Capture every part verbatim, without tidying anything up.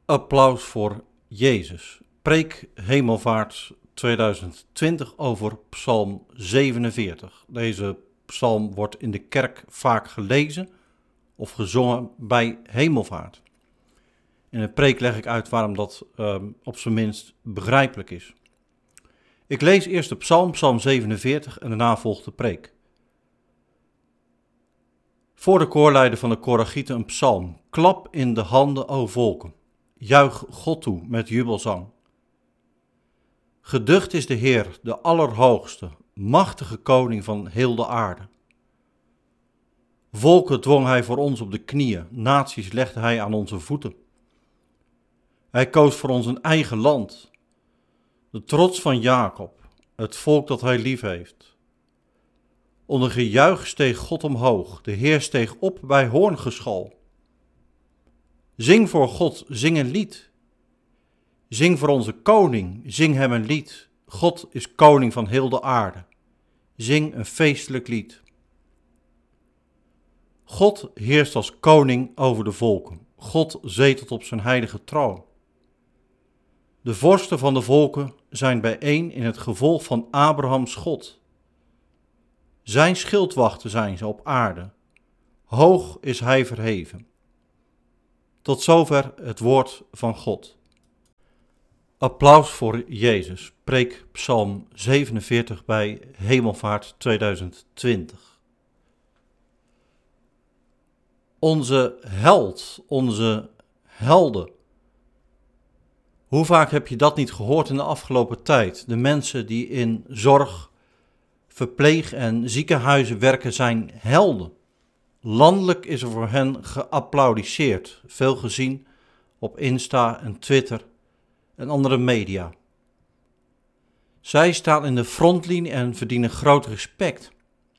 Applaus voor Jezus. Preek Hemelvaart tweeduizend twintig over Psalm zevenenveertig. Deze psalm wordt in de kerk vaak gelezen of gezongen bij Hemelvaart. In de preek leg ik uit waarom dat uh, op zijn minst begrijpelijk is. Ik lees eerst de psalm, psalm zevenenveertig, en daarna volgt de preek. Voor de koorleider van de Koragieten een psalm. Klap in de handen, o volken. Juich God toe met jubelzang. Geducht is de Heer, de Allerhoogste, machtige koning van heel de aarde. Volken dwong hij voor ons op de knieën, naties legde hij aan onze voeten. Hij koos voor ons een eigen land, de trots van Jacob, het volk dat hij lief heeft. Onder gejuich steeg God omhoog, de Heer steeg op bij hoorngeschal. Zing voor God, zing een lied. Zing voor onze koning, zing hem een lied. God is koning van heel de aarde. Zing een feestelijk lied. God heerst als koning over de volken. God zetelt op zijn heilige troon. De vorsten van de volken zijn bijeen in het gevolg van Abrahams God. Zijn schildwachten zijn ze op aarde. Hoog is hij verheven. Tot zover het woord van God. Applaus voor Jezus. Preek Psalm zevenenveertig bij Hemelvaart tweeduizend twintig. Onze held, onze helden. Hoe vaak heb je dat niet gehoord in de afgelopen tijd? De mensen die in zorg, verpleeg- en ziekenhuizen werken zijn helden. Landelijk is er voor hen geapplaudisseerd, veel gezien op Insta en Twitter en andere media. Zij staan in de frontlinie en verdienen groot respect.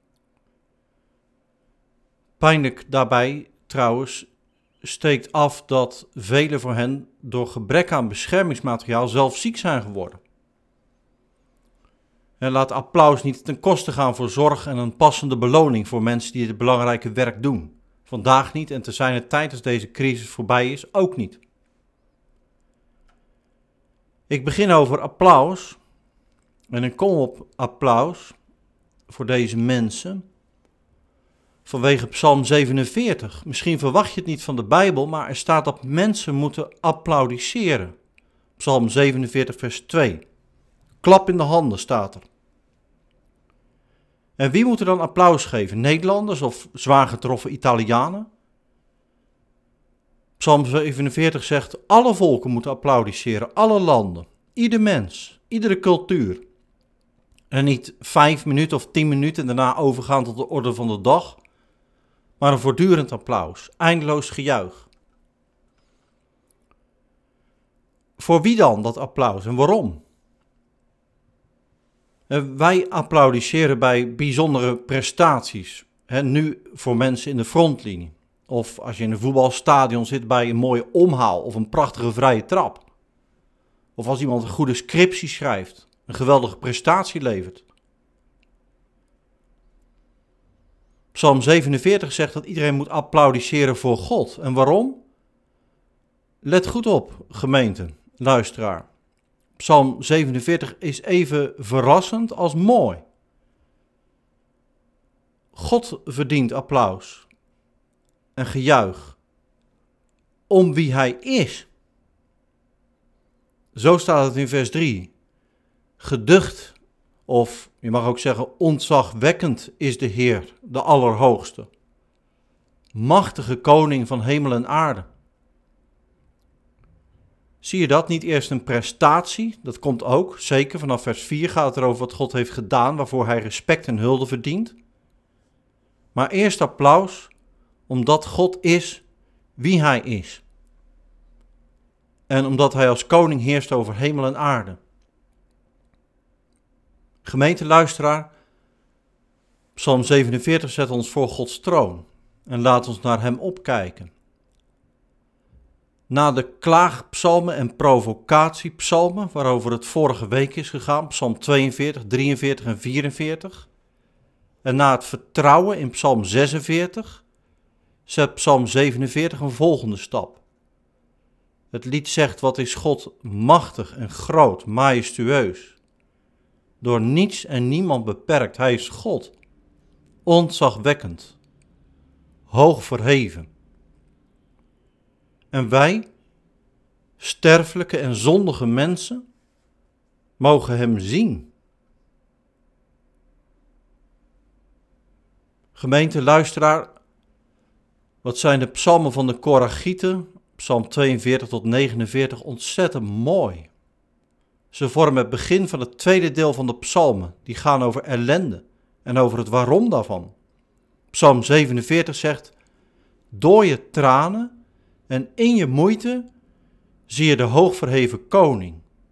Pijnlijk daarbij trouwens steekt af dat velen voor hen door gebrek aan beschermingsmateriaal zelf ziek zijn geworden. En laat applaus niet ten koste gaan voor zorg en een passende beloning voor mensen die het belangrijke werk doen. Vandaag niet en te zijner tijd als deze crisis voorbij is ook niet. Ik begin over applaus en ik kom op applaus voor deze mensen vanwege Psalm zevenenveertig. Misschien verwacht je het niet van de Bijbel, maar er staat dat mensen moeten applaudisseren. Psalm zevenenveertig vers twee. Klap in de handen staat er. En wie moet er dan applaus geven? Nederlanders of zwaar getroffen Italianen? Psalm zevenenveertig zegt, alle volken moeten applaudisseren, alle landen, ieder mens, iedere cultuur. En niet vijf minuten of tien minuten en daarna overgaan tot de orde van de dag, maar een voortdurend applaus, eindeloos gejuich. Voor wie dan dat applaus en waarom? Wij applaudisseren bij bijzondere prestaties, hè, nu voor mensen in de frontlinie. Of als je in een voetbalstadion zit bij een mooie omhaal of een prachtige vrije trap. Of als iemand een goede scriptie schrijft, een geweldige prestatie levert. Psalm zevenenveertig zegt dat iedereen moet applaudisseren voor God. En waarom? Let goed op, gemeente, luisteraar. Psalm zevenenveertig is even verrassend als mooi. God verdient applaus en gejuich om wie hij is. Zo staat het in vers drie. Geducht, of je mag ook zeggen ontzagwekkend is de Heer, de Allerhoogste. Machtige koning van hemel en aarde. Zie je dat? Niet eerst een prestatie, dat komt ook, zeker vanaf vers vier gaat het erover wat God heeft gedaan, waarvoor hij respect en hulde verdient. Maar eerst applaus, omdat God is wie hij is. En omdat hij als koning heerst over hemel en aarde. Gemeenteluisteraar, Psalm zevenenveertig zet ons voor Gods troon en laat ons naar hem opkijken. Na de klaagpsalmen en provocatiepsalmen, waarover het vorige week is gegaan, Psalm tweeënveertig, drieënveertig en vierenveertig, en na het vertrouwen in Psalm zesenveertig, zet Psalm zevenenveertig een volgende stap. Het lied zegt, wat is God machtig en groot, majestueus. Door niets en niemand beperkt. Hij is God. Ontzagwekkend. Hoog verheven. En wij, sterfelijke en zondige mensen, mogen hem zien. Gemeente, luisteraar, wat zijn de psalmen van de Korachieten, psalm tweeënveertig tot negenenveertig, ontzettend mooi. Ze vormen het begin van het tweede deel van de psalmen, die gaan over ellende en over het waarom daarvan. Psalm zevenenveertig zegt, door je tranen en in je moeite zie je de hoogverheven koning.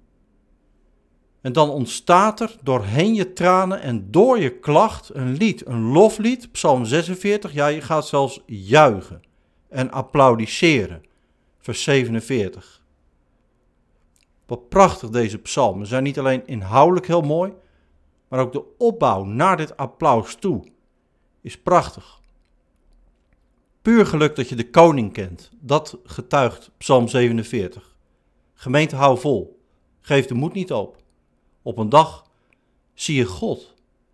En dan ontstaat er doorheen je tranen en door je klacht een lied, een loflied, psalm zesenveertig, ja, je gaat zelfs juichen en applaudisseren, vers zevenenveertig. Wat prachtig deze psalmen, zijn niet alleen inhoudelijk heel mooi, maar ook de opbouw naar dit applaus toe is prachtig. Puur geluk dat je de koning kent, dat getuigt psalm zevenenveertig. Gemeente, hou vol, geef de moed niet op. Op een dag zie je God.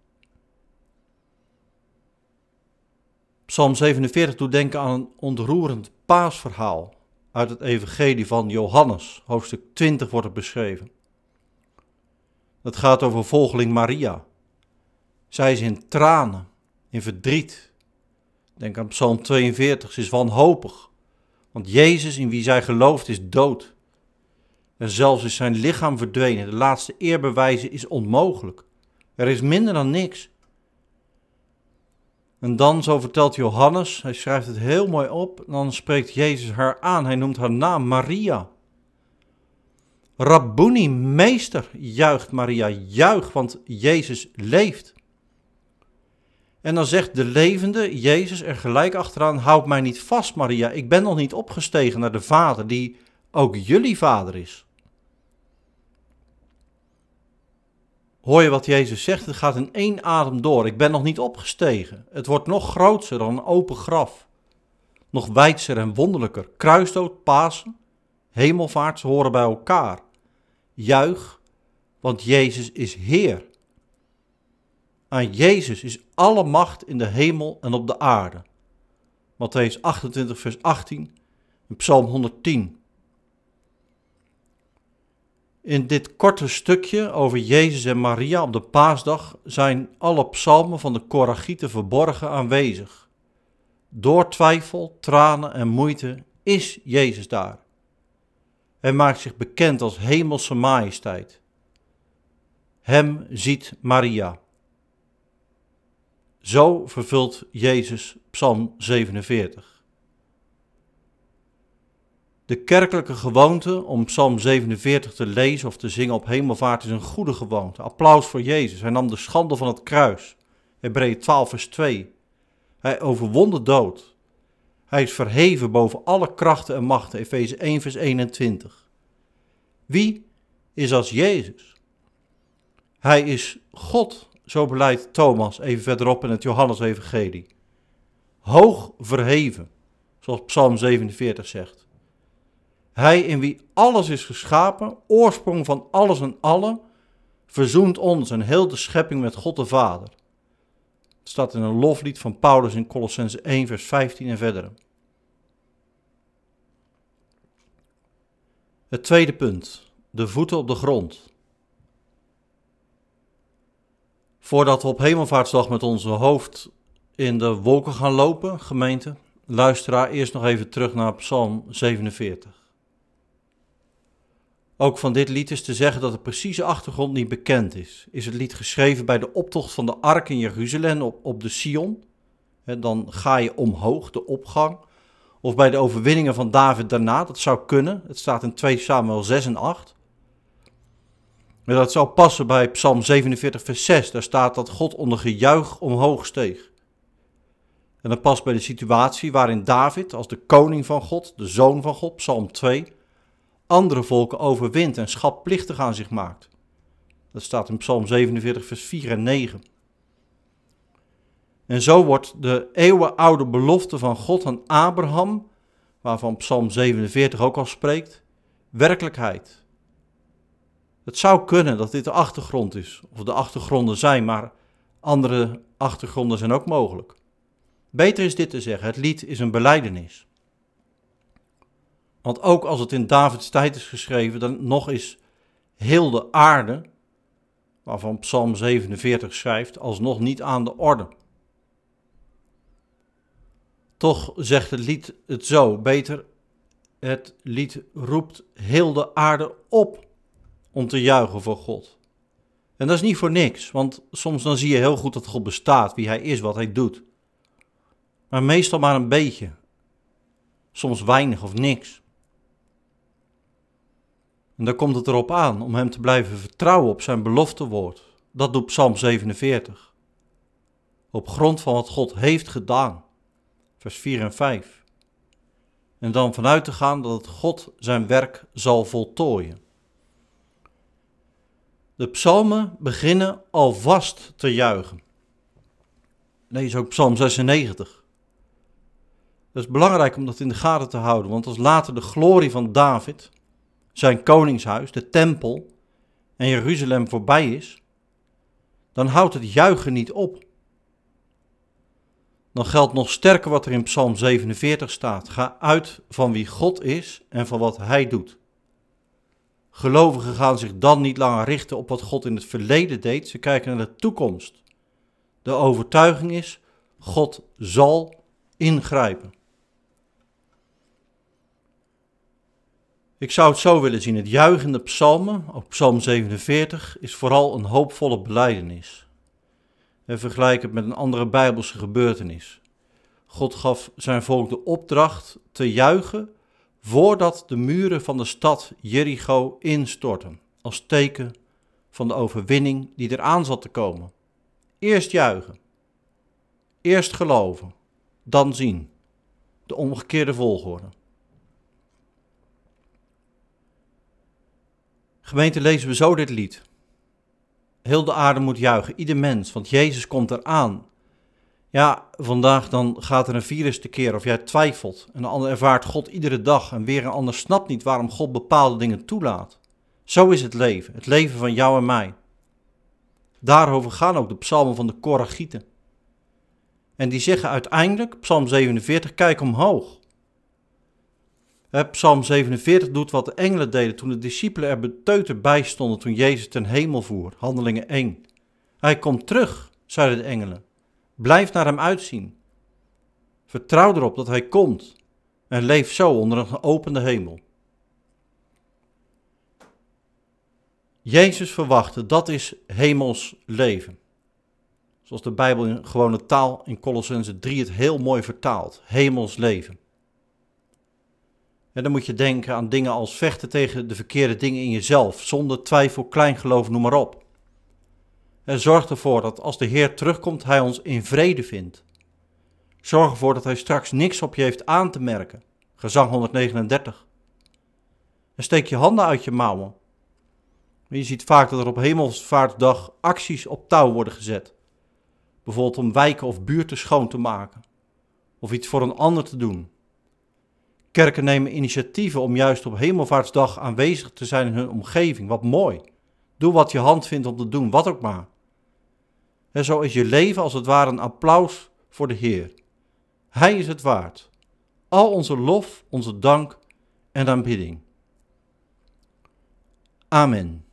Psalm zevenenveertig doet denken aan een ontroerend paasverhaal uit het evangelie van Johannes. Hoofdstuk twintig wordt het beschreven. Het gaat over volgeling Maria. Zij is in tranen, in verdriet. Denk aan psalm tweeënveertig, ze is wanhopig. Want Jezus in wie zij gelooft is dood. En zelfs is zijn lichaam verdwenen. De laatste eerbewijzen is onmogelijk. Er is minder dan niks. En dan, zo vertelt Johannes, hij schrijft het heel mooi op, dan spreekt Jezus haar aan. Hij noemt haar naam Maria. Rabboni, meester, juicht Maria, juich, want Jezus leeft. En dan zegt de levende Jezus er gelijk achteraan, houd mij niet vast Maria, ik ben nog niet opgestegen naar de Vader die ook jullie Vader is. Hoor je wat Jezus zegt? Het gaat in één adem door. Ik ben nog niet opgestegen. Het wordt nog groter dan een open graf. Nog wijdser en wonderlijker. Kruisdood, Pasen, hemelvaart, ze horen bij elkaar. Juich, want Jezus is Heer. Aan Jezus is alle macht in de hemel en op de aarde. Mattheüs achtentwintig, vers achttien en Psalm honderdtien. In dit korte stukje over Jezus en Maria op de paasdag zijn alle psalmen van de Korachieten verborgen aanwezig. Door twijfel, tranen en moeite is Jezus daar. Hij maakt zich bekend als hemelse majesteit. Hem ziet Maria. Zo vervult Jezus psalm zevenenveertig. De kerkelijke gewoonte om psalm zevenenveertig te lezen of te zingen op hemelvaart is een goede gewoonte. Applaus voor Jezus. Hij nam de schande van het kruis. Hebreeën twaalf vers twee. Hij overwon de dood. Hij is verheven boven alle krachten en machten. Efeze één vers eenentwintig. Wie is als Jezus? Hij is God, zo beleidt Thomas even verderop in het Johannes-evangelie. Hoog verheven, zoals psalm zevenenveertig zegt. Hij in wie alles is geschapen, oorsprong van alles en allen, verzoent ons en heel de schepping met God de Vader. Het staat in een loflied van Paulus in Kolossenzen één vers vijftien en verder. Het tweede punt, de voeten op de grond. Voordat we op Hemelvaartsdag met onze hoofd in de wolken gaan lopen, gemeente, luisteraar, eerst nog even terug naar psalm zevenenveertig. Ook van dit lied is te zeggen dat de precieze achtergrond niet bekend is. Is het lied geschreven bij de optocht van de ark in Jeruzalem op, op de Sion? He, dan ga je omhoog, de opgang. Of bij de overwinningen van David daarna, dat zou kunnen. Het staat in twee Samuel zes en acht. Maar dat zou passen bij psalm zevenenveertig vers zes. Daar staat dat God onder gejuich omhoog steeg. En dat past bij de situatie waarin David als de koning van God, de zoon van God, psalm twee... andere volken overwint en schatplichtig aan zich maakt. Dat staat in psalm zevenenveertig vers vier en negen. En zo wordt de eeuwenoude belofte van God aan Abraham, waarvan psalm zevenenveertig ook al spreekt, werkelijkheid. Het zou kunnen dat dit de achtergrond is, of de achtergronden zijn, maar andere achtergronden zijn ook mogelijk. Beter is dit te zeggen, het lied is een belijdenis. Want ook als het in Davids tijd is geschreven, dan nog is heel de aarde, waarvan Psalm zevenenveertig schrijft, alsnog niet aan de orde. Toch zegt het lied het zo, beter, het lied roept heel de aarde op om te juichen voor God. En dat is niet voor niks, want soms dan zie je heel goed dat God bestaat, wie hij is, wat hij doet. Maar meestal maar een beetje. Soms weinig of niks. En dan komt het erop aan om hem te blijven vertrouwen op zijn beloftewoord. Dat doet Psalm zevenenveertig. Op grond van wat God heeft gedaan. Vers vier en vijf. En dan vanuit te gaan dat God zijn werk zal voltooien. De psalmen beginnen alvast te juichen. Lees ook Psalm zesennegentig. Dat is belangrijk om dat in de gaten te houden, want als later de glorie van David, zijn koningshuis, de tempel en Jeruzalem voorbij is, dan houdt het juichen niet op. Dan geldt nog sterker wat er in Psalm zevenenveertig staat. Ga uit van wie God is en van wat hij doet. Gelovigen gaan zich dan niet langer richten op wat God in het verleden deed. Ze kijken naar de toekomst. De overtuiging is, God zal ingrijpen. Ik zou het zo willen zien. Het juichende psalmen, ook Psalm zevenenveertig, is vooral een hoopvolle belijdenis. En vergelijk het met een andere Bijbelse gebeurtenis. God gaf zijn volk de opdracht te juichen voordat de muren van de stad Jericho instortten, als teken van de overwinning die eraan zat te komen. Eerst juichen, eerst geloven, dan zien. De omgekeerde volgorde. Gemeente, lezen we zo dit lied. Heel de aarde moet juichen, ieder mens, want Jezus komt eraan. Ja, vandaag dan gaat er een virus tekeer of jij twijfelt. En de ander ervaart God iedere dag en weer een ander snapt niet waarom God bepaalde dingen toelaat. Zo is het leven, het leven van jou en mij. Daarover gaan ook de psalmen van de Korachieten. En die zeggen uiteindelijk, Psalm zevenenveertig, kijk omhoog. Psalm zevenenveertig doet wat de engelen deden toen de discipelen er beteuterd bij stonden toen Jezus ten hemel voer. Handelingen één. Hij komt terug, zeiden de engelen. Blijf naar hem uitzien. Vertrouw erop dat hij komt en leef zo onder een geopende hemel. Jezus verwachten, dat is hemels leven. Zoals de Bijbel in gewone taal in Kolossenzen drie het heel mooi vertaalt. Hemels leven. En dan moet je denken aan dingen als vechten tegen de verkeerde dingen in jezelf, zonde, twijfel, kleingeloof, noem maar op. En zorg ervoor dat als de Heer terugkomt, hij ons in vrede vindt. Zorg ervoor dat hij straks niks op je heeft aan te merken. Gezang honderdnegenendertig. En steek je handen uit je mouwen. Je ziet vaak dat er op Hemelvaartsdag acties op touw worden gezet. Bijvoorbeeld om wijken of buurten schoon te maken. Of iets voor een ander te doen. Kerken nemen initiatieven om juist op Hemelvaartsdag aanwezig te zijn in hun omgeving. Wat mooi. Doe wat je hand vindt om te doen, wat ook maar. En zo is je leven als het ware een applaus voor de Heer. Hij is het waard. Al onze lof, onze dank en aanbidding. Amen.